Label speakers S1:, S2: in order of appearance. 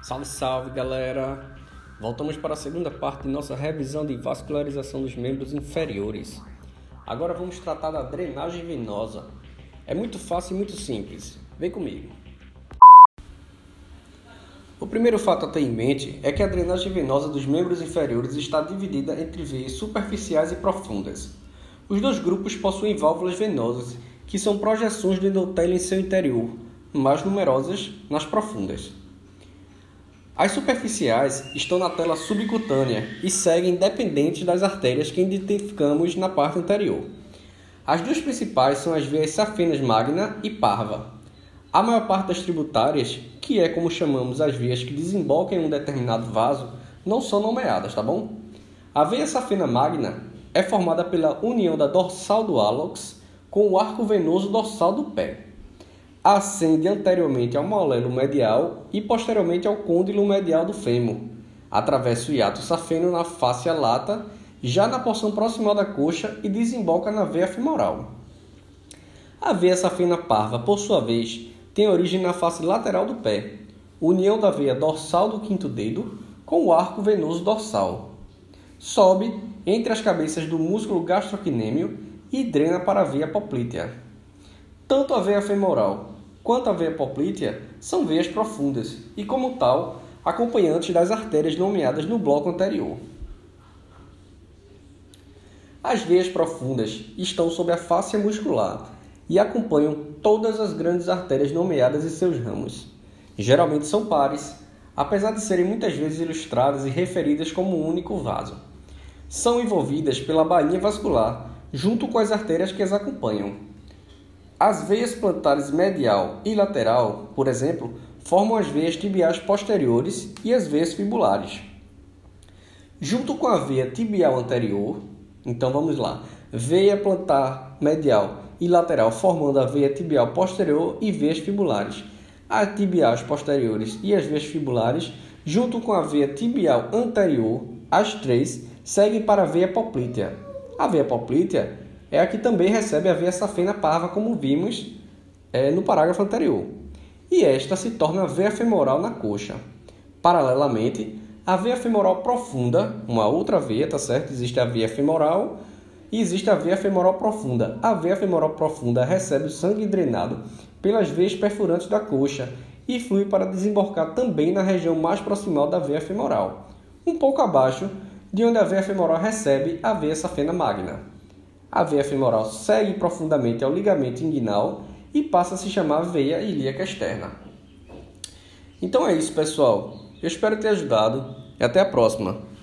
S1: Salve, salve, galera! Voltamos para a segunda parte de nossa revisão de vascularização dos membros inferiores. Agora vamos tratar da drenagem venosa. É muito fácil e muito simples. Vem comigo. O primeiro fato a ter em mente é que a drenagem venosa dos membros inferiores está dividida entre veias superficiais e profundas. Os dois grupos possuem válvulas venosas, que são projeções do endotélio em seu interior, mais numerosas nas profundas. As superficiais estão na tela subcutânea e seguem dependentes das artérias que identificamos na parte anterior. As duas principais são as veias safenas magna e parva. A maior parte das tributárias, que é como chamamos as veias que desembocam em um determinado vaso, não são nomeadas, tá bom? A veia safena magna é formada pela união da dorsal do hálux com o arco venoso dorsal do pé. Ascende anteriormente ao molelo medial e posteriormente ao côndilo medial do fêmur. Atravessa o hiato safeno na fáscia lata, já na porção proximal da coxa, e desemboca na veia femoral. A veia safena parva, por sua vez, tem origem na face lateral do pé, união da veia dorsal do quinto dedo com o arco venoso dorsal. Sobe entre as cabeças do músculo gastrocnêmio e drena para a veia poplítea. Tanto a veia femoral quanto a veia poplítea são veias profundas e, como tal, acompanhantes das artérias nomeadas no bloco anterior. As veias profundas estão sob a fáscia muscular e acompanham todas as grandes artérias nomeadas em seus ramos. Geralmente são pares, apesar de serem muitas vezes ilustradas e referidas como um único vaso. São envolvidas pela bainha vascular, junto com as artérias que as acompanham. As veias plantares medial e lateral, por exemplo, formam as veias tibiais posteriores e as veias fibulares. Junto com a veia tibial anterior, então vamos lá, veia plantar medial e lateral formando a veia tibial posterior e veias fibulares. As tibiais posteriores e as veias fibulares, junto com a veia tibial anterior, as três seguem para a veia poplítea. A veia poplítea é a que também recebe a veia safena parva, como vimos no parágrafo anterior. E esta se torna a veia femoral na coxa. Paralelamente, a veia femoral profunda, uma outra veia, tá certo? Existe a veia femoral e existe a veia femoral profunda. A veia femoral profunda recebe o sangue drenado pelas veias perfurantes da coxa e flui para desembocar também na região mais proximal da veia femoral, um pouco abaixo de onde a veia femoral recebe a veia safena magna. A veia femoral segue profundamente ao ligamento inguinal e passa a se chamar veia ilíaca externa. Então é isso, pessoal. Eu espero ter ajudado e até a próxima.